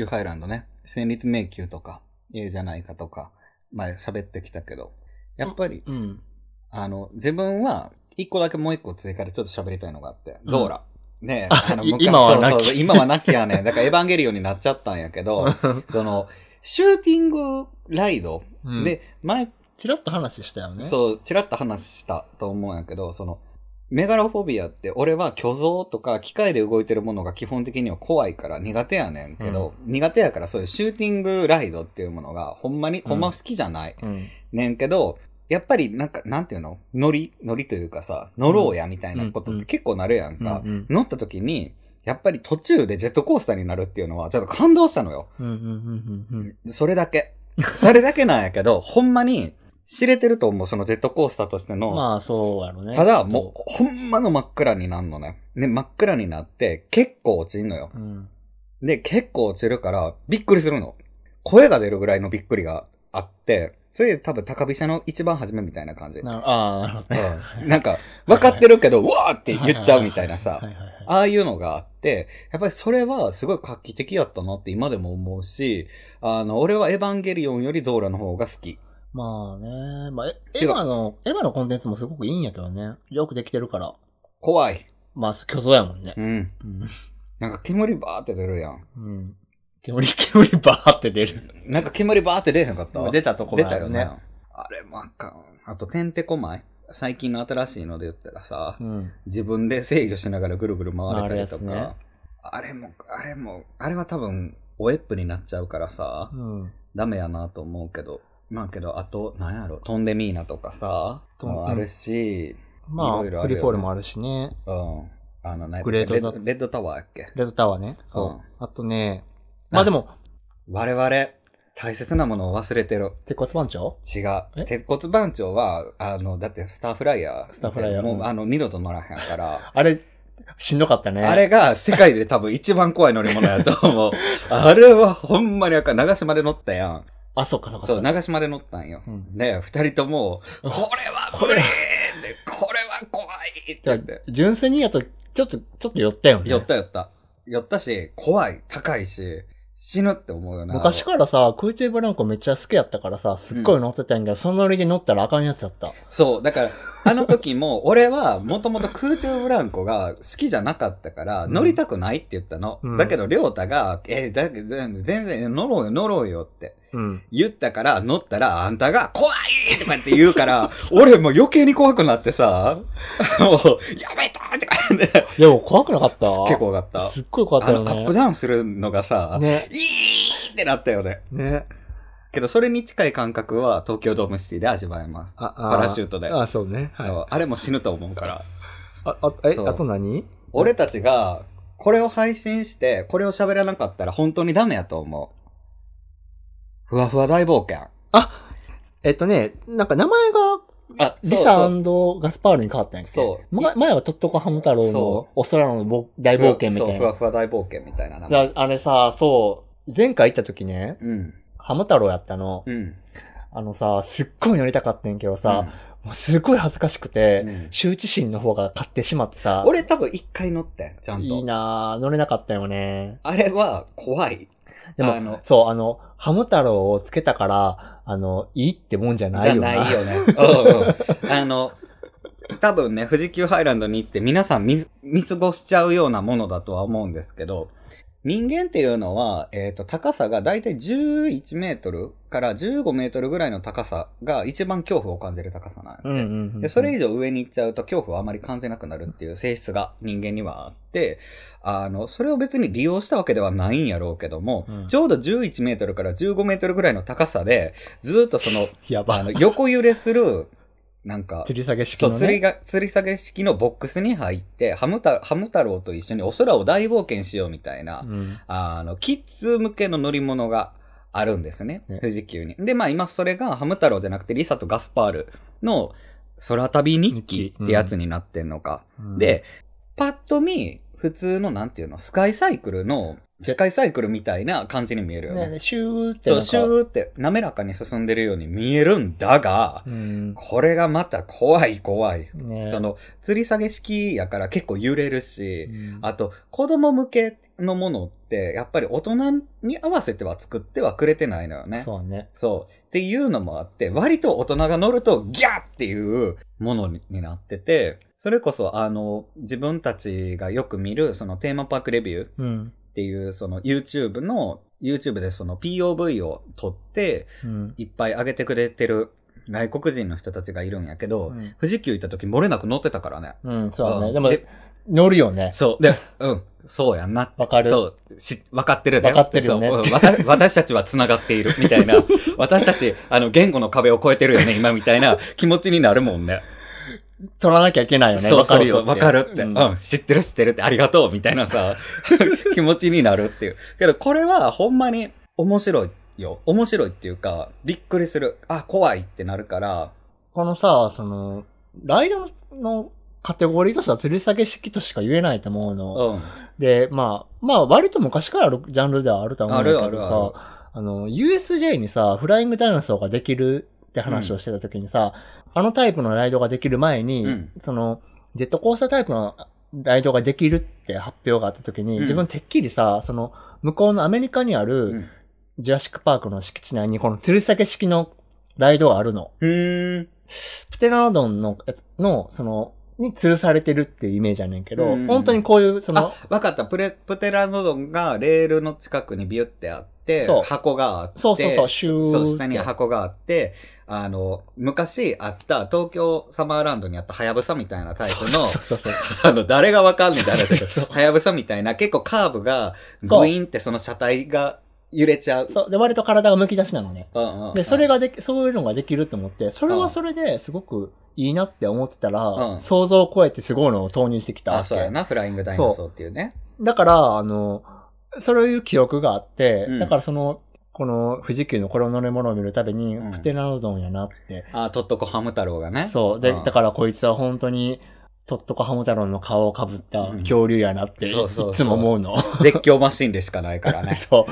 宮ハイランドね。戦慄迷宮とか、いいじゃないかとか、前喋ってきたけど、やっぱり、自分は、一個だけもう一個追加でちょっと喋りたいのがあって、ゾーラ。ね今はなき。 そう、今はなきやねん。だからエヴァンゲリオンになっちゃったんやけど、シューティングライドで、 チラッと話したよね。 そう、チラッと話したと思うんやけど、メガロフォビアって俺は巨像とか機械で動いてるものが基本的には怖いから苦手やねんけど、苦手やからそういうシューティングライドっていうものがほんま好きじゃない、ねんけど、やっぱりなんていうのノリというかさ、乗ろうやみたいなことって結構なるやんか。乗った時に、やっぱり途中でジェットコースターになるっていうのはちょっと感動したのよ。それだけ。それだけなんやけど、ほんまに知れてると思う、そのジェットコースターとしての。 まあそうやろね。 ただ、もう、ほんまの真っ暗になるのね。で、真っ暗になって、結構落ちんのよ。で、結構落ちるから、びっくりするの。声が出るぐらいのびっくりがあって、それで多分高飛車の一番初めみたいな感じ。 なるほどね。 なんか、分かってるけど、うわーって言っちゃうみたいなさ。ああいうのがあって、やっぱりそれはすごい画期的やったなって今でも思うし、俺はエヴァンゲリオンよりゾーラの方が好き。 まあね。まあ、エヴァのコンテンツもすごくいいんやけどね。よくできてるから。 怖い。 まあ、巨像やもんね。 なんか煙バーって出るやん。 煙バーって出る。 なんか煙バーって出へんかった？ 出たところ出たよね。あれもあかん。あと、てんてこまい。最近の新しいので言ったらさ、自分で制御しながらぐるぐる回れたりとか。ね、あれは多分、おえっぷになっちゃうからさ、ダメやなと思うけど。まあけど、あと、なんやろ、トンデミーナとかさ、あるし、 まあ、 いろいろフリーフォールもあるしね。 グレッドタワーやっけ？ レッドタワーね。そう。あとね、まあでも、 我々、大切なものを忘れてる。 鉄骨番長？ 違う。鉄骨番長は、だってスターフライヤー。もう、二度と乗らへんから。 あれ、しんどかったね。 あれが世界で多分一番怖い乗り物やと思う。あれはほんまに長島で乗ったやん。 あ、そっか。 そう、長島で乗ったんよ。で、二人とも、これは無理で、これは怖いって言って。 純粋にやと、ちょっと寄ったよね。 寄ったし、怖い、高いし、死ぬって思うよな。 昔からさ、空中ブランコめっちゃ好きやったからさ、すっごい乗ってたんやけど、そのノリで乗ったらあかんやつだった。 そう、だから、あの時も、俺はもともと空中ブランコが好きじゃなかったから、乗りたくないって言ったの。だけど、りょうたが、全然乗ろうよって。言ったから、乗ったら、あんたが、怖いとかって言うから、俺もう余計に怖くなってさ、もう、やめたって感じで。 いや、もう怖くなかった？ すっげえ怖かった。 すっごい怖かったよね。 アップダウンするのがさ、 ね。 いーってなったよね。 ね。 けど、それに近い感覚は東京ドームシティで味わえます。パラシュートで。 そうね。はい。 あれも死ぬと思うから。 あと何？ 俺たちが、これを配信して、これを喋らなかったら本当にダメやと思う。ふわふわ大冒険。 なんか名前が、リサ&ガスパールに変わったんやっけ？そう。前はトットコハム太郎のお空の大冒険みたいな。そう、 ふわふわ大冒険みたいな名前。 あれさ、そう、前回行った時ね、ハム太郎やったの。すっごい乗りたかったんやけどさ、もうすごい恥ずかしくて、羞恥心の方が勝ってしまってさ。 俺多分一回乗って、ちゃんと。 いいなぁ、乗れなかったよね。 あれは怖い。 でも、ハム太郎をつけたから、いいってもんじゃないよな。 ないよね。多分ね、富士急ハイランドに行って皆さん見過ごしちゃうようなものだとは思うんですけど、人間っていうのは、高さがだいたい11メートルから15メートルぐらいの高さが一番恐怖を感じる高さなんで、それ以上上に行っちゃうと恐怖はあまり感じなくなるっていう性質が人間にはあって、それを別に利用したわけではないんやろうけども、ちょうど11メートルから15メートルぐらいの高さで、ずーっと横揺れする、なんか、 吊り下げ式のね。 そう、吊り下げ式のボックスに入って、ハム太郎と一緒にお空を大冒険しようみたいな、キッズ向けの乗り物があるんですね。富士急に。で、まあ今それがハム太郎じゃなくてリサとガスパールの空旅日記ってやつになってんのか。で、パッと見、普通のなんていうの、スカイサイクルみたいな感じに見えるよね。 シューって。 そう、シューって滑らかに進んでるように見えるんだが、これがまた怖い。吊り下げ式やから結構揺れるし、あと子供向けのものって、やっぱり大人に合わせては作ってはくれてないのよね。 そうね。 そう。っていうのもあって、割と大人が乗るとギャーっていうものになってて、それこそ自分たちがよく見るそのテーマパークレビューっていうその YouTube でその POV を撮って、いっぱい上げてくれてる外国人の人たちがいるんやけど、富士急行った時漏れなく乗ってたからね。 そうね。でも、乗るよね。 そう。で、そうやんな。 わかる。 そう。わかってるね。わかってるよね。 私たちは繋がっている、みたいな。私たち、言語の壁を越えてるよね、今みたいな気持ちになるもんね。 取らなきゃいけないよね。 そうそうそう、わかるって。知ってるってありがとう、みたいなさ、気持ちになるっていう。けど、これはほんまに面白いよ。面白いっていうか、びっくりする。怖いってなるから。 このさ、ライドのカテゴリーとしては吊り下げ式としか言えないと思うの。で、まあ、割と昔からあるジャンルではあると思うんだけどさ、USJ にさ、フライングダイナソーができるって話をしてた時にさ、あのタイプのライドができる前に、ジェットコースタータイプのライドができるって発表があった時に、自分てっきりさ、向こうのアメリカにある、ジュラシックパークの敷地内にこの吊り下げ式のライドがあるの。プテラノドンに吊るされてるっていうイメージやねんけど、本当にこういうわかった。プテラノドンがレールの近くにビュってあって、箱があって、 そう、シュー。 そう、下に箱があって、昔あった東京サマーランドにあったハヤブサみたいなタイプの、誰がわかんねえんだろうハヤブサみたいな結構カーブがグイーンってその車体が揺れちゃう。 そう。で、割と体が剥き出しなのね。で、そういうのができると思って、それはそれですごくいいなって思ってたら、想像を超えてすごいのを投入してきた。 そうやな、フライングダイナソーっていうね。 だから、そういう記憶があって、だからこの富士急のこの乗り物を見るたびに、プテラノドンやなって。 トットコハム太郎がね。 そう。で、だからこいつは本当に、トットコハム太郎の顔をかぶった恐竜やなって、いつも思うの。 絶叫マシンでしかないからね。 そう。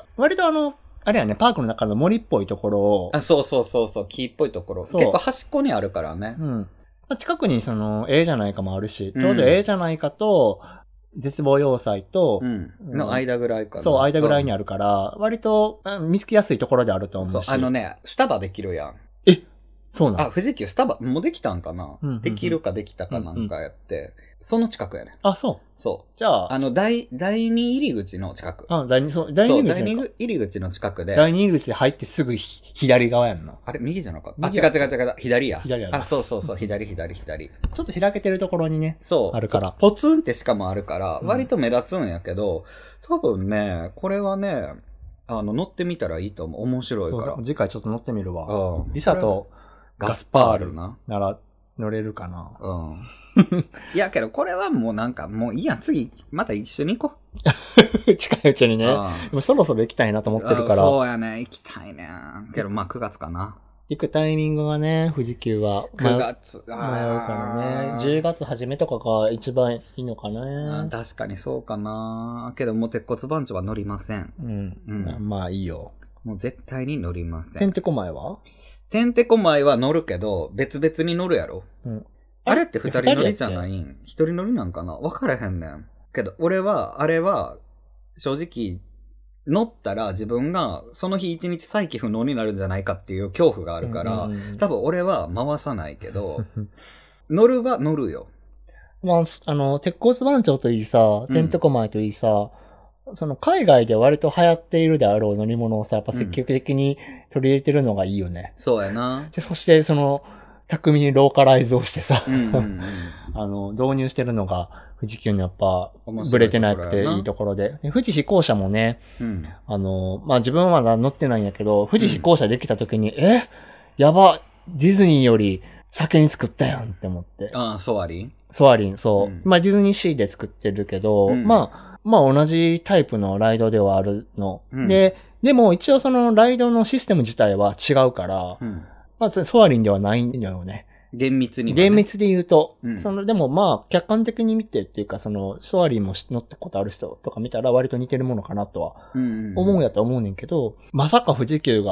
割とあれやね、パークの中の森っぽいところを。 そう、木っぽいところ。結構端っこにあるからね。 近くにA じゃないかもあるし、ちょうど A じゃないかと、絶望要塞と、 の間ぐらいかな。 そう、間ぐらいにあるから、割と見つけやすいところであると思うし。 そう、スタバできるやん。 そうなの？ 富士急スタバ、もうできたんかな、できるかできたかなんかやって、その近くやね。 そう。 そう。 じゃあ。 第二入り口の近く。 第二入り口の近くで。 第二入り口で入ってすぐ左側やんな。 あれ、右じゃなかった？違う。左や。 左や。 そう、左。ちょっと開けてるところにね。 そう。 あるから。 ポツンってしかもあるから、割と目立つんやけど、多分ね、これはね、乗ってみたらいいと思う。面白いから。 次回ちょっと乗ってみるわ。リサと、ガスパールなら乗れるかな。 いやけどこれはもういいやん。次また一緒に行こう。近いうちにね。でもそろそろ行きたいなと思ってるから。 そうやね。行きたいね。けど9月かな。 行くタイミングがね、富士急は。 9月。 迷うからね。10月初めとかが一番いいのかな。 確かにそうかな。けどもう鉄骨番長は乗りません。 まあいいよ。 もう絶対に乗りません。 てんてこまいは？ てんてこまいは乗るけど、別々に乗るやろ。あれって2人乗りじゃないん？1人乗りなんかな？分からへんねん。けど、俺は、あれは、正直、乗ったら自分がその日一日再起不能になるんじゃないかっていう恐怖があるから、多分俺は回さないけど、乗るは乗るよ。 まあ、鉄骨番長といいさ、てんてこまいといいさ、海外で割と流行っているであろう乗り物をさ、やっぱ積極的に取り入れてるのがいいよね。 そうやな。 で、そして巧みにローカライズをしてさ、導入してるのが、富士急のやっぱ、ブレてなくていいところで。富士飛行車もね、まあ、自分はまだ乗ってないんやけど、富士飛行車できた時に、やば、ディズニーより先に作ったやんって思って。 ソアリン、 そう。まあ、ディズニーシーで作ってるけど、まあ同じタイプのライドではあるの。でも一応ライドのシステム自体は違うから、まあ、ソアリンではないんだよね。 厳密には、 ね。厳密で言うと、でもまあ、客観的に見てっていうか、ソアリンも乗ったことある人とか見たら割と似てるものかなとは、思うんやと思うねんけど、まさか富士急が、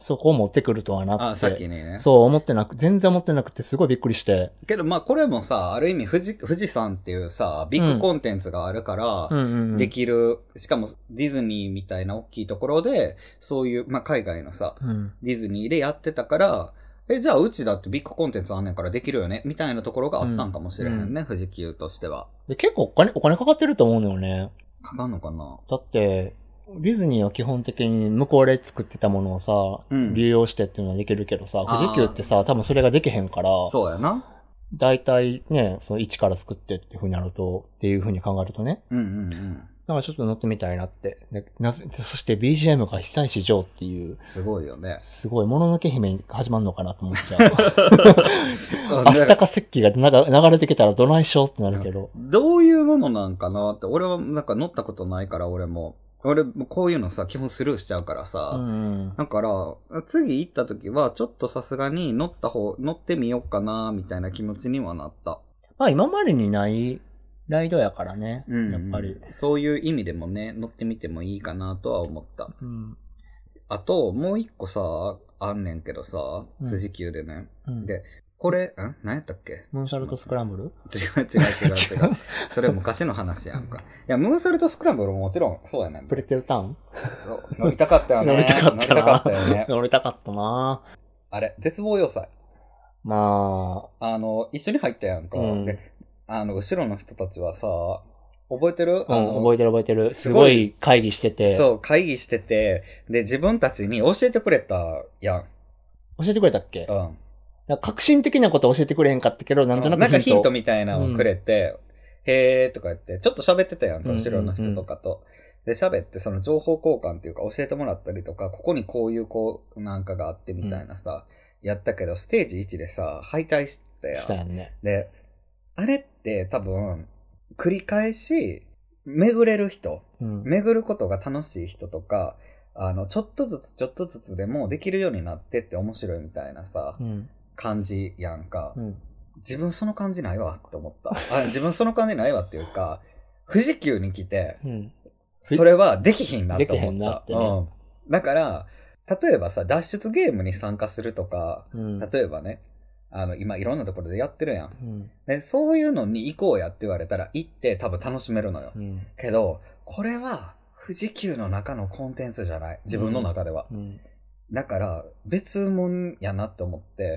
そこを持ってくるとはなって。 さっきね。 そう思ってなく、全然思ってなくてすごいびっくりして。 けどまあこれもさ、ある意味富士山っていうさ、ビッグコンテンツがあるから、できる、しかもディズニーみたいな大きいところで、そういう、まあ海外のさ、ディズニーでやってたから、じゃあうちだってビッグコンテンツあんねんからできるよねみたいなところがあったんかもしれへんね、富士急としては。 で結構お金かかってると思うのよね。 かかんのかな？ だって、ディズニーは基本的に向こうで作ってたものをさ、流用してっていうのはできるけどさ、富士急ってさ、多分それができへんから、 そうやな。 だいたいね、その1から作ってっていう風になると、っていう風に考えるとね。だからちょっと乗ってみたいなって。そして BGM が久石譲っていう。 すごいよね。 すごい、もののけ姫が始まるのかなと思っちゃう。明日か石器が流れてきたらどないしようってなるけど。 どういうものなんかなって、俺はなんか乗ったことないから俺もこういうのさ、基本スルーしちゃうからさ。だから、次行った時は、ちょっとさすがに乗ってみようかな、みたいな気持ちにはなった。 まあ今までにないライドやからね。やっぱり。 そういう意味でもね、乗ってみてもいいかなとは思った。あと、もう一個さ、あんねんけどさ、富士急でね。で、これ、何やったっけ？ ムーンサルトスクランブル？ 違う。それ昔の話やんか。いや、ムーンサルトスクランブルももちろんそうやねん。 プレテルタウン？ そう。乗りたかったよね。 乗りたかったよね。 乗りたかったな。 あれ、絶望要塞。 まあ。 一緒に入ったやんか。で、後ろの人たちはさ、覚えてる？ 覚えてる。すごい会議してて。 そう、会議してて、で、自分たちに教えてくれたやん。 教えてくれたっけ？革新的なこと教えてくれへんかったけど、なんとなくなんかヒントみたいなのをくれて、へーとか言って、ちょっと喋ってたやんか、後ろの人とかと。で、喋って、その情報交換っていうか教えてもらったりとか、ここにこういうなんかがあってみたいなさ、やったけど、ステージ1でさ、敗退したやん。 したやんね。 で、あれって多分、繰り返し、巡れる人、巡ることが楽しい人とか、ちょっとずつでもできるようになってって面白いみたいなさ、感じやんか。自分その感じないわって思った。自分その感じないわっていうか、富士急に来て、それはできひんなって思った。できひんなってね。だから、例えばさ、脱出ゲームに参加するとか、例えばね、今いろんなところでやってるやん。で、そういうのに行こうやって言われたら行って多分楽しめるのよ。けど、これは富士急の中のコンテンツじゃない。自分の中では。だから、別物やなって思って、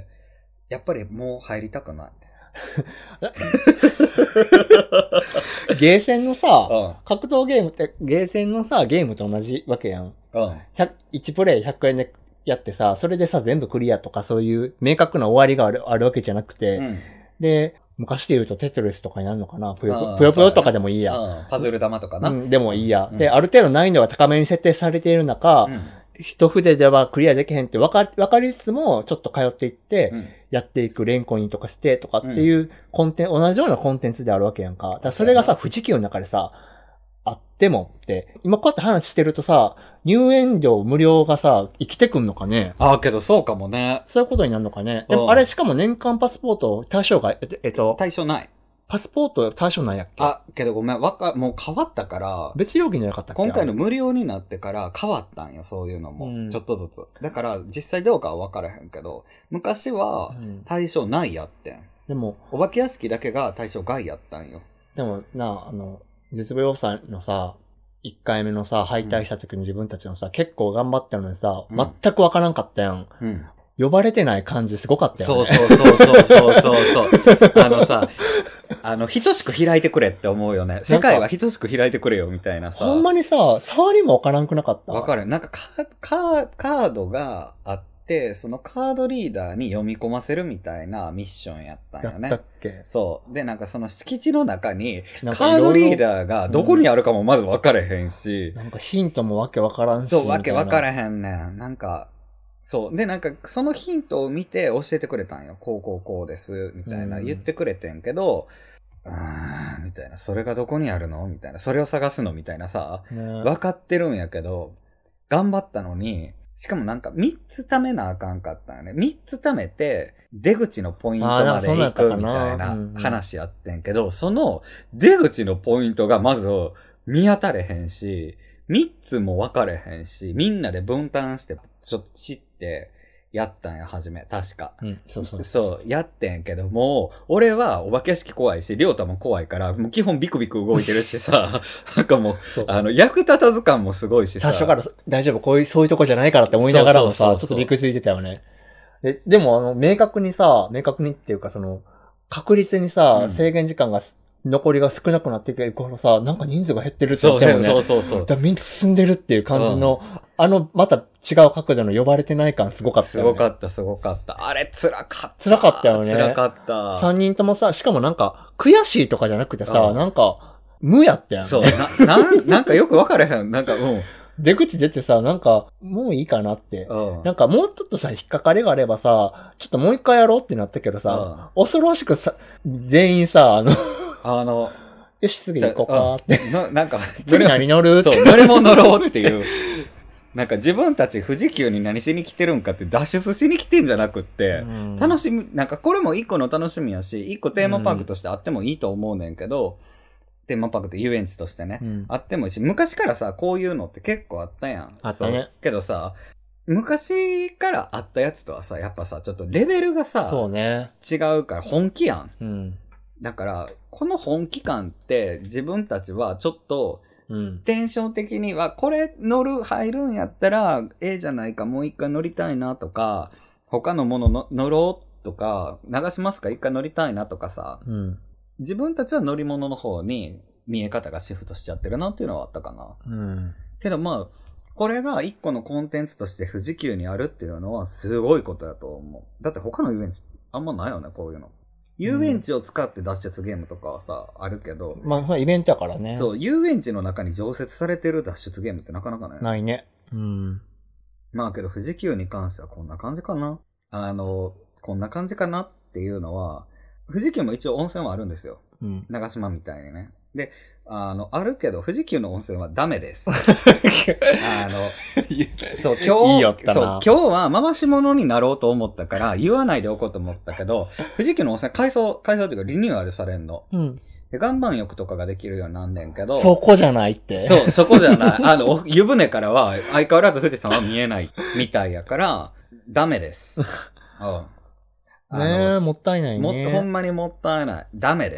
やっぱりもう入りたくない。 ゲーセンのさ、格闘ゲームって、ゲーセンのさ、ゲームと同じわけやん。1プレイ100円でやってさ、それでさ、全部クリアとかそういう明確な終わりがあるわけじゃなくて、で、昔で言うとテトリスとかになるのかな、ぷよぷよとかでもいいや。 パズル玉とかな。 でもいいや。で、ある程度難易度が高めに設定されている中、一筆ではクリアできへんって分かりつつも、ちょっと通っていって、やっていく連コインとかしてとかっていう同じようなコンテンツであるわけやんか。だからそれがさ、富士急の中でさ、あってもって、今こうやって話してるとさ、入園料無料がさ、生きてくんのかね。 けどそうかもね。 そういうことになるのかね。でもあれしかも年間パスポート対象が、 対象ない。 パスポート対象なんやっけ？ けどごめん、もう変わったから。 別料金じゃなかったっけ？ 今回の無料になってから変わったんよ、そういうのも。ちょっとずつ。だから実際どうかは分からへんけど、昔は対象ないやってん。 でも、 お化け屋敷だけが対象外やったんよ。 でも絶望要塞のさ、1回目のさ、敗退した時の自分たちのさ、結構頑張ったのにさ、全くわからんかったやん。呼ばれてない感じすごかったよね。 そう。さ、等しく開いてくれって思うよね。世界は等しく開いてくれよみたいなさ。 ほんまにさ、触りもわからんくなかった。 わかる。なんかカードがあって、そのカードリーダーに読み込ませるみたいなミッションやったんよね。 やったっけ？ そう。で、なんかその敷地の中に、カードリーダーがどこにあるかもまず分かれへんし。 なんかヒントもわけわからんし。 そう、わけ分からへんねん。なんか、そう。で、なんか、そのヒントを見て教えてくれたんよ。こうです、みたいな言ってくれてんけど、みたいな。それがどこにあるのみたいな。それを探すのみたいなさ、分かってるんやけど、頑張ったのに、しかもなんか3つ貯めなあかんかったよね。3つ貯めて、出口のポイントまで行くみたいな話やってんけど、その出口のポイントがまず見当たれへんし、3つも分かれへんし、みんなで分担して、ちょっとちって、やったんや、はじめ。確か。 うん、そうそう。 そう、やってんけども、俺はお化け屋敷怖いし、りょうたも怖いから、もう基本ビクビク動いてるしさ、なんかもう、役立たず感もすごいしさ。 最初から大丈夫、そういうとこじゃないからって思いながらもさ、ちょっとびっくりついてたよね。でも明確にっていうか確率にさ、制限時間が残りが少なくなってくる頃さ、なんか人数が減ってるって言ってもね。 そう。 だみんな進んでるっていう感じの、また違う角度の呼ばれてない感すごかったよね。 すごかった。あれ、辛かった。 辛かったよね。 辛かった。 3人ともさ、しかもなんか、悔しいとかじゃなくてさ、なんか、無やったやんね。 そう、なんかよく分からへん。なんか、 出口出てさ、なんか、もういいかなって。なんかもうちょっとさ、引っかかりがあればさ、ちょっともう一回やろうってなったけどさ、恐ろしくさ、全員さ、よし、次行こうかって。 なんか、 次何乗るって。 そう、乗り物乗ろうっていう。なんか自分たち富士急に何しに来てるんかって脱出しに来てんじゃなくって、楽しみ、なんかこれも一個の楽しみやし、一個テーマパークとしてあってもいいと思うねんけど、テーマパークって遊園地としてね、あってもいいし、昔からさ、こういうのって結構あったやん。 あったね。 けどさ、昔からあったやつとはさ、やっぱさ、ちょっとレベルがさ、 そうね。 違うから本気やん。だから、この本気感って自分たちはちょっと、テンション的には、これ入るんやったら、じゃないか、もう一回乗りたいなとか、他のもの乗ろうとか、流しますか一回乗りたいなとかさ、自分たちは乗り物の方に見え方がシフトしちゃってるなっていうのはあったかな。けどまあ、これが一個のコンテンツとして富士急にあるっていうのはすごいことだと思う。だって他の遊園地あんまないよね、こういうの。遊園地を使って脱出ゲームとかはさ、あるけど。 まあ、イベントやからね。 そう、遊園地の中に常設されてる脱出ゲームってなかなかない。 ないね。 まあけど富士急に関してはこんな感じかな。こんな感じかなっていうのは、富士急も一応温泉はあるんですよ。長島みたいにね。で、あるけど、富士急の温泉はダメです。そう、今日は回し物になろうと思ったから、言わないでおこうと思ったけど、富士急の温泉改装というかリニューアルされんの。で、岩盤浴とかができるようになんねんけど。 そこじゃないって。 そう、そこじゃない。湯船からは相変わらず富士山は見えないみたいやから、ダメです。 ねえ、もったいないね。 ほんまにもったいない。ダメです。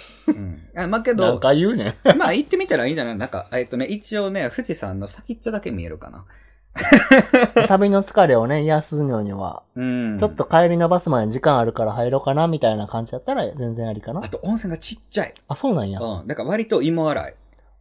まあけど。 なんか言うね。 まあ行ってみたらいいんじゃない？なんか、一応ね、富士山の先っちょだけ見えるかな。 旅の疲れをね、癒すのには。ちょっと帰りのバスまで時間あるから入ろうかな、みたいな感じだったら全然ありかな。 あと温泉がちっちゃい。 あ、そうなんや。 だから割と芋洗い。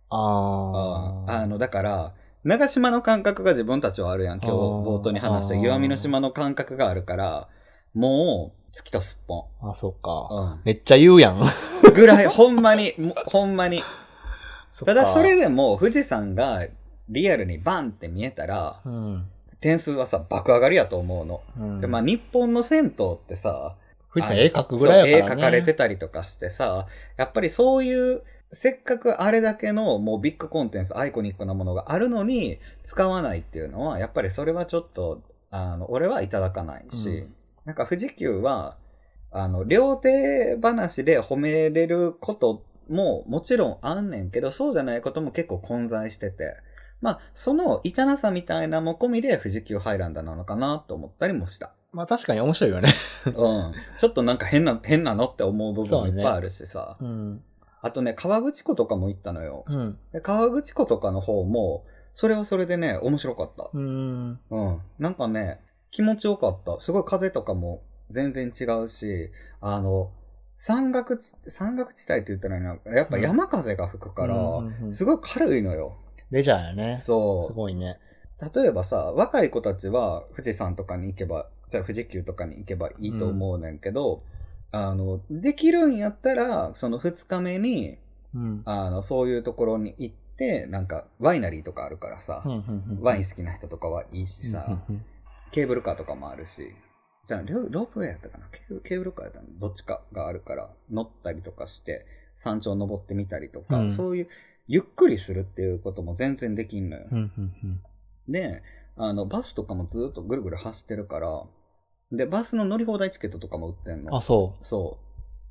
だから、長島の感覚が自分たちはあるやん。今日冒頭に話した岩見の島の感覚があるから、もう、月とすっぽん。あ、そうか。めっちゃ言うやん。 ぐらい、ほんまに。ただそれでも富士山がリアルにバンって見えたら、点数はさ、爆上がりやと思うの。で、まあ日本の銭湯ってさ、 富士山絵描くぐらいやからね。 絵描かれてたりとかしてさ、やっぱりそういう、せっかくあれだけのもうビッグコンテンツ、アイコニックなものがあるのに使わないっていうのは、やっぱりそれはちょっと、俺はいただかないし、なんか富士急は、両手話で褒めれることももちろんあんねんけど、そうじゃないことも結構混在してて、まあ、その痛なさみたいなも込みで富士急ハイランドなのかなと思ったりもした。 まあ確かに面白いよね。 ちょっとなんか変なのって思う部分もいっぱいあるしさ。あとね、河口湖とかも行ったのよ。で河口湖とかの方も、それはそれでね、面白かった。なんかね、気持ちよかった。すごい風とかも全然違うし、山岳地帯って言ったらいいな、やっぱ山風が吹くから、すごい軽いのよ。 レジャーやね。 そう。 すごいね。 例えばさ、若い子たちは富士山とかに行けば、じゃあ富士急とかに行けばいいと思うねんけど、できるんやったら、その2日目に、そういうところに行って、なんか、ワイナリーとかあるからさ、ワイン好きな人とかはいいしさ、ケーブルカーとかもあるし、じゃあ、ロープウェイやったかなケーブルカーやったのどっちかがあるから、乗ったりとかして、山頂登ってみたりとか、そういう、ゆっくりするっていうことも全然できんのよ。で、バスとかもずっとぐるぐる走ってるから、で、バスの乗り放題チケットとかも売ってんの。 あ、そう。 そう。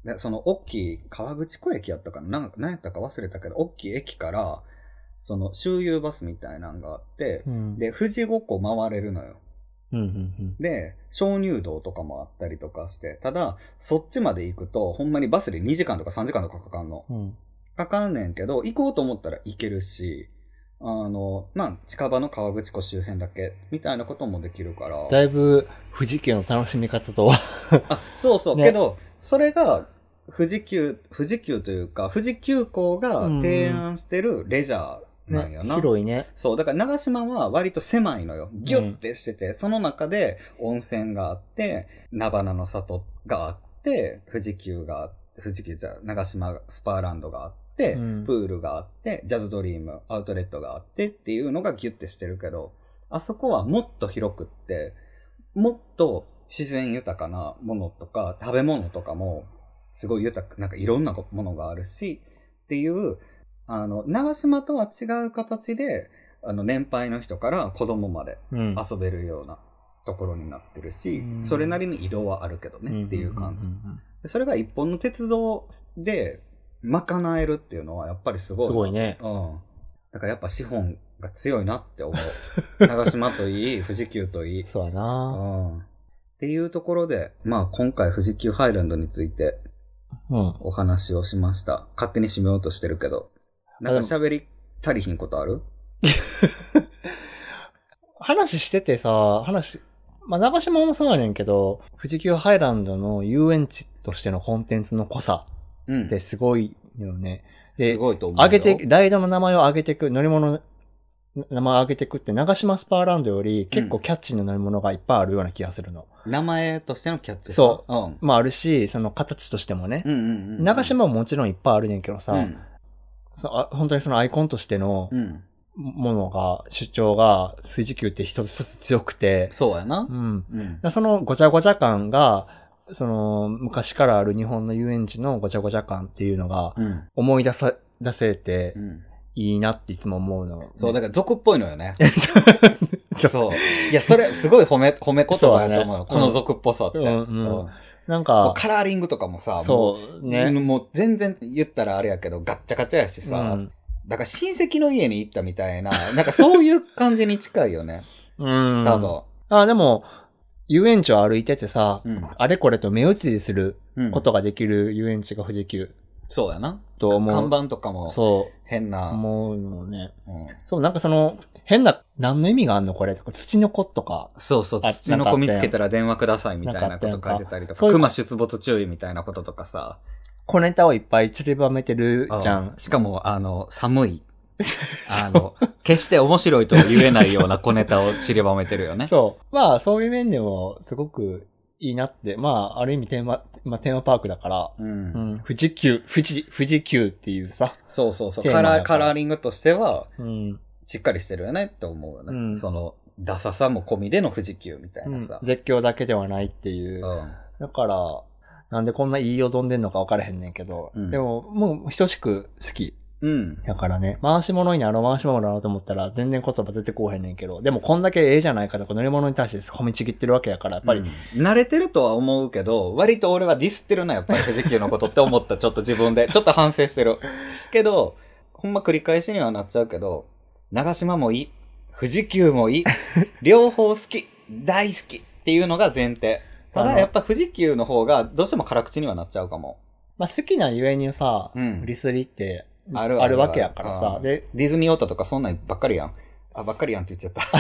で、その、大きい河口湖駅やったかな何やったか忘れたけど、大きい駅から、その、周遊バスみたいなのがあって、で、富士五湖回れるのよ。 で、鍾乳洞とかもあったりとかして、ただ、そっちまで行くと、ほんまにバスで2時間とか3時間とかかかんの。かかんねんけど、行こうと思ったら行けるし、近場の河口湖周辺だけ、みたいなこともできるから。 だいぶ、富士急の楽しみ方とはそうそう、ね、けど、それが、富士急というか、富士急行が提案してるレジャーなんよな。 広いね。 そう、だから長島は割と狭いのよ。ギュッてしてて、その中で温泉があって、菜花の里があって、長島スパーランドがあって、プールがあって、ジャズドリーム、アウトレットがあってっていうのがギュッてしてるけど、あそこはもっと広くって、もっと自然豊かなものとか、食べ物とかも、すごい豊か、なんかいろんなものがあるし、っていう、長島とは違う形で、年配の人から子供まで遊べるようなところになってるし、それなりに移動はあるけどねっていう感じ。それが一本の鉄道で、賄えるっていうのはやっぱりすごい。 すごいね。 だからやっぱ資本が強いなって思う。長島といい、富士急といい。 そうやな。 っていうところで、今回富士急ハイランドについて、お話をしました。勝手に締めようとしてるけど。なんか喋り足りひんことある？ 話しててさ、長島もそうやねんけど、富士急ハイランドの遊園地としてのコンテンツの濃さってすごいよね。 すごいと思うよ。 ライドの名前を上げていく、乗り物の名前を上げていくって長島スパーランドより結構キャッチーな乗り物がいっぱいあるような気がするの。 名前としてのキャッチー。 そう。あるし、その形としてもね。長島ももちろんいっぱいあるねんけどさ、本当にそのアイコンとしてのものが、主張が水時級って一つ一つ強くて。 そうやな。 そのごちゃごちゃ感が、その昔からある日本の遊園地のごちゃごちゃ感っていうのが思い出せていいなっていつも思うの、ね。 そう、だから俗っぽいのよね。そう。いや、それすごい褒め言葉やと思うよ。この俗っぽさって。 なんか、 カラーリングとかもさ、 そうね。 もう全然言ったらあれやけど、ガッチャガチャやしさ、だから親戚の家に行ったみたいな、なんかそういう感じに近いよね。多分。 でも、遊園地を歩いててさ、あれこれと目移りすることができる遊園地が富士急。 そうやな。 と思う。 看板とかも、変な。 思うのね。そう、なんかその、変な、何の意味があんのこれ。土の子とか。 そうそう、土の子見つけたら電話くださいみたいなこと書いてたりとか、熊出没注意みたいなこととかさ。 小ネタをいっぱい散りばめてるじゃん。 しかも、寒い。決して面白いとは言えないような小ネタを散りばめてるよね。 そう。そういう面でも、すごくいいなって。ある意味テーマパークだから、富士急っていうさ。 そう。カラーリングとしては、しっかりしてるよねって思うよね。その、ダサさも込みでの富士急みたいなさ。 絶叫だけではないっていう。だから、なんでこんな言いよどんでんのか分からへんねんけど、でも、もう等しく好き。だからね、回し物になろうと思ったら全然言葉出てこうへんねんけど、でもこんだけええじゃないかとか乗り物に対して褒めちぎってるわけやから、やっぱり、 慣れてるとは思うけど、割と俺はディスってるな、やっぱり富士急のことって思った、ちょっと自分で。ちょっと反省してる。けど、ほんま繰り返しにはなっちゃうけど、長島もいい。富士急もいい。両方好き。大好き。っていうのが前提。ただやっぱ富士急の方がどうしても辛口にはなっちゃうかも。 好きなゆえにさ、リスリってあるわけやからさ。 で、ディズニーオタとかそんなんばっかりやん。ばっかりやんって言っちゃった。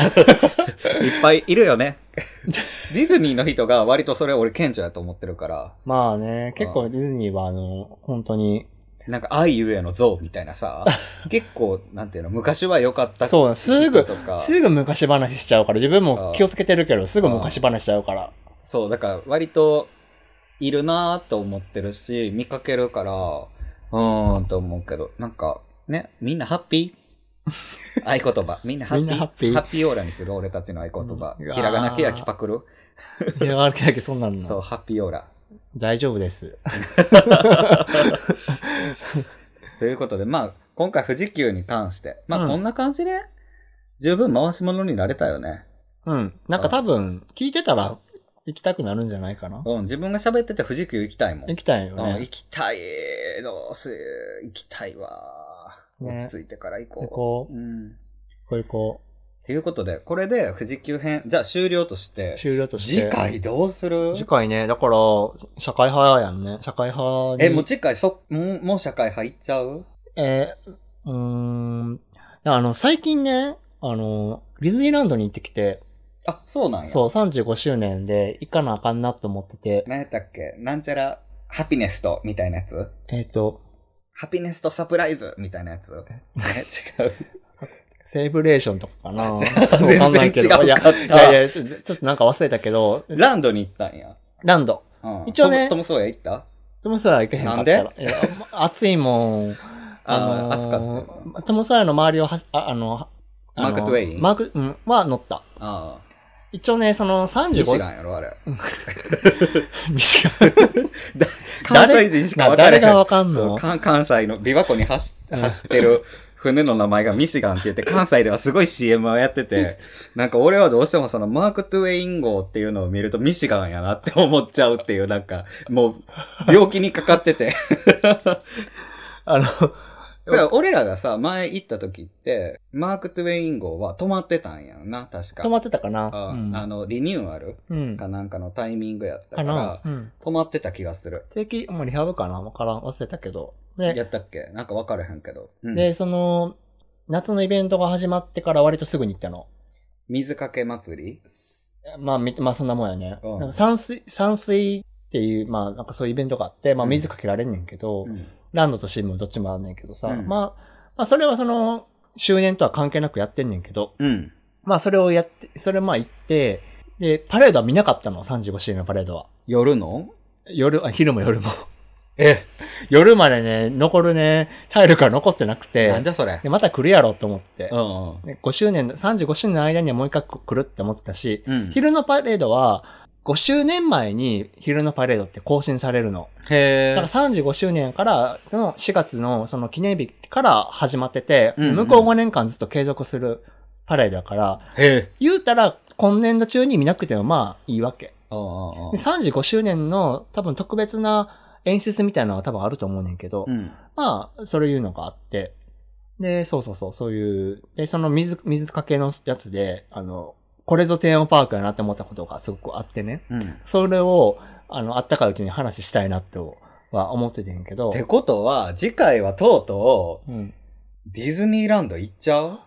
いっぱいいるよね。ディズニーの人が割とそれ俺顕著やと思ってるから。 結構ディズニーは本当に、 なんか愛ゆえの像みたいなさ、結構、なんていうの、昔は良かったそう、すぐ昔話しちゃうから、自分も気をつけてるけど、すぐ昔話しちゃうから。 そう、だから割と、いるなーと思ってるし、見かけるから、と思うけど、なんか、ね、みんなハッピー合言葉。みんなハッピーハッピーオーラにする俺たちの合言葉。ひらがなけやきパクるひらがなけやきそんなんの。 そう、ハッピーオーラ。 大丈夫です。 ということで、今回富士急に関して、こんな感じで、十分回し物になれたよね。 なんか多分、聞いてたら、行きたくなるんじゃないかな。 自分が喋ってて富士急行きたいもん。 行きたいよね。 行きたい。行きたいわ。落ち着いてから行こう。 行こう。行こう。 ということで、これで富士急編、じゃあ終了として。次回どうする？ 次回ね、だから、社会派やんね。社会派に。 もう次回もう社会派いっちゃう？ 最近ね、ディズニーランドに行ってきて。 あ、そうなんや。 そう、35周年で行かなあかんなと思ってて。 何やったっけ？なんちゃら、ハピネストみたいなやつ？ ハピネストサプライズみたいなやつ？違う。 セレブレーションとかかな。 全然違うかった。 いや、ちょっとなんか忘れたけど。 ランドに行ったんや。 ランド。一応ね。 トムソーヤ行った？ トムソーヤ行けへんかったら。 なんで？ 暑いもん。 暑かった。 トムソーヤの周りをマーク・トウェインは乗った。一応ね、35。 ミシガンやろ、あれ。 ミシガン。 関西人しか分からない。 誰がわかんの？ 関西の琵琶湖に走ってる船の名前がミシガンって言って、関西ではすごい CM をやってて、なんか俺はどうしてもマーク・トゥウェイン号っていうのを見るとミシガンやなって思っちゃうっていう、なんか、もう、病気にかかってて。だから俺らがさ、前行った時って、マーク・トゥウェイン号は止まってたんやんな、確か。 止まってたかな。 リニューアルかなんかのタイミングやったから、止まってた気がする。 リハブかなわからん。忘れたけど。 やったっけ？なんか分からへんけど。 で、夏のイベントが始まってから割とすぐに行ったの。 水かけ祭り？ まあそんなもんやね。散水っていう、なんかそういうイベントがあって、水かけられんねんけど、ランドとシームどっちもあんねんけどさ、それは周年とは関係なくやってんねんけど、それを行って、で、パレードは見なかったの、35周年のパレードは。 夜の？ 昼も夜も。夜までね、残るね、体力が残ってなくて。 なんじゃそれ。 で、また来るやろと思って。5周年、35周年の間にはもう一回来るって思ってたし、昼のパレードは、5周年前に昼のパレードって更新されるの。だから35周年からの4月のその記念日から始まってて、向こう5年間ずっと継続するパレードだから、言うたら今年度中に見なくてもいいわけ。で35周年の多分特別な演出みたいなのは多分あると思うねんけど、そういうのがあって、で、そういう、で、水かけのやつで、これぞテーマパークやなって思ったことがすごくあってね。それを、あったかいうちに話したいなとは思っててんけど。 ってことは、次回はとうとう、ディズニーランド行っちゃう？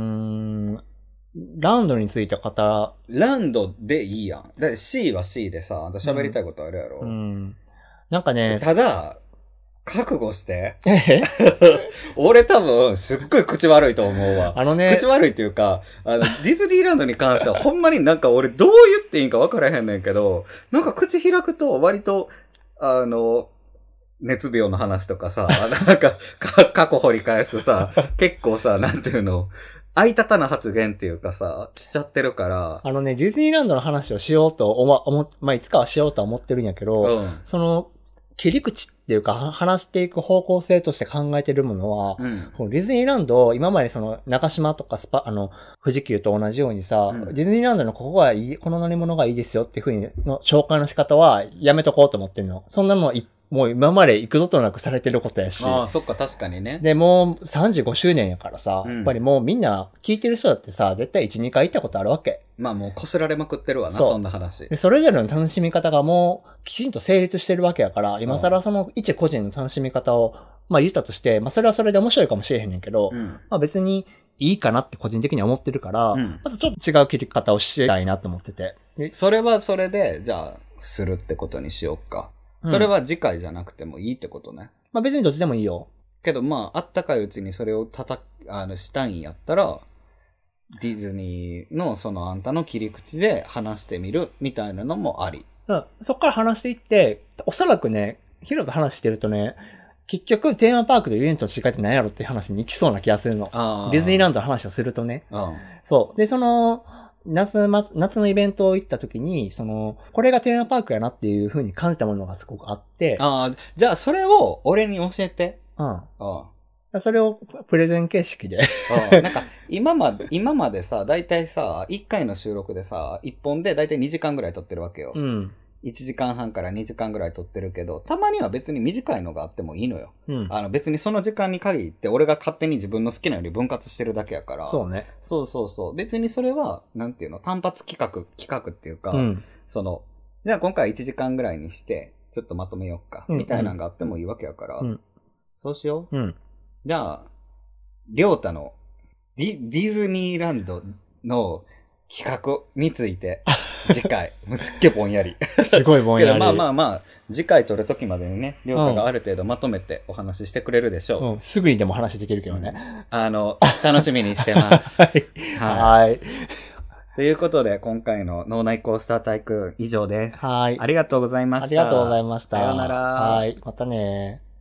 ランドについてランドでいいやん。だって C は C でさ、あんた喋りたいことあるやろ。 なんかね。 ただ、覚悟して。俺多分、すっごい口悪いと思うわ。口悪いっていうか、ディズニーランドに関しては、ほんまになんか俺どう言っていいんか分からへんねんけど、なんか口開くと割と、熱病の話とかさ、なんか、過去掘り返すとさ、結構さ、なんていうの、相立たな発言っていうかさ、しちゃってるから。 ディズニーランドの話をしようといつかはしようとは思ってるんやけど、切り口っていうか、話していく方向性として考えてるものは、ディズニーランド、今まで中島とか富士急と同じようにさ、ディズニーランドのここがいい、この乗り物がいいですよっていう風にの紹介の仕方はやめとこうと思ってるの。そんなのもう今まで幾度となくされてることやし。 そっか、確かにね。 で、もう35周年やからさ、やっぱりもうみんな聞いてる人だってさ、絶対1、2回行ったことあるわけ。 もう擦られまくってるわな、そんな話。 で、それぞれの楽しみ方がもうきちんと成立してるわけやから、今更一個人の楽しみ方を、言ったとして、それはそれで面白いかもしれへんねんけど、別にいいかなって個人的には思ってるから、まずちょっと違う切り方をしたいなと思ってて。 それはそれで、じゃあ、するってことにしようか。それは次回じゃなくてもいいってことね。 別にどっちでもいいよ。 けどあったかいうちにそれをしたいんやったら、ディズニーのあんたの切り口で話してみるみたいなのもあり。 そっから話していって、おそらくね、ヒロと話してるとね、結局テーマパークとイベントの違いって何やろっていう話に行きそうな気がするの。ディズニーランドの話をするとね。そう。で、夏のイベントを行った時に、これがテーマパークやなっていう風に感じたものがすごくあって。 じゃあそれを俺に教えて。 それをプレゼン形式で。 なんか、今までさ、だいたいさ、1回の収録でさ、1本でだいたい2時間ぐらい撮ってるわけよ。 1時間半から2時間ぐらい撮ってるけど、たまには別に短いのがあってもいいのよ。別にその時間に限って俺が勝手に自分の好きなように分割してるだけやから。 そうね。 そう。別にそれは、なんていうの、単発企画っていうか、じゃあ今回1時間ぐらいにして、ちょっとまとめようか、みたいなのがあってもいいわけやから、そうしよう。じゃあ、りょうたのディズニーランドの企画について、次回、すっげえぼんやり。 すごいぼんやり。 けどまあ、次回撮るときまでにね、りょうたがある程度まとめてお話ししてくれるでしょう。 すぐにでも話できるけどね。 楽しみにしてます。 はい。 ということで、今回の脳内コースタータイクーン以上です。 はい。 ありがとうございました。 ありがとうございました。 さようなら。 はい。またね。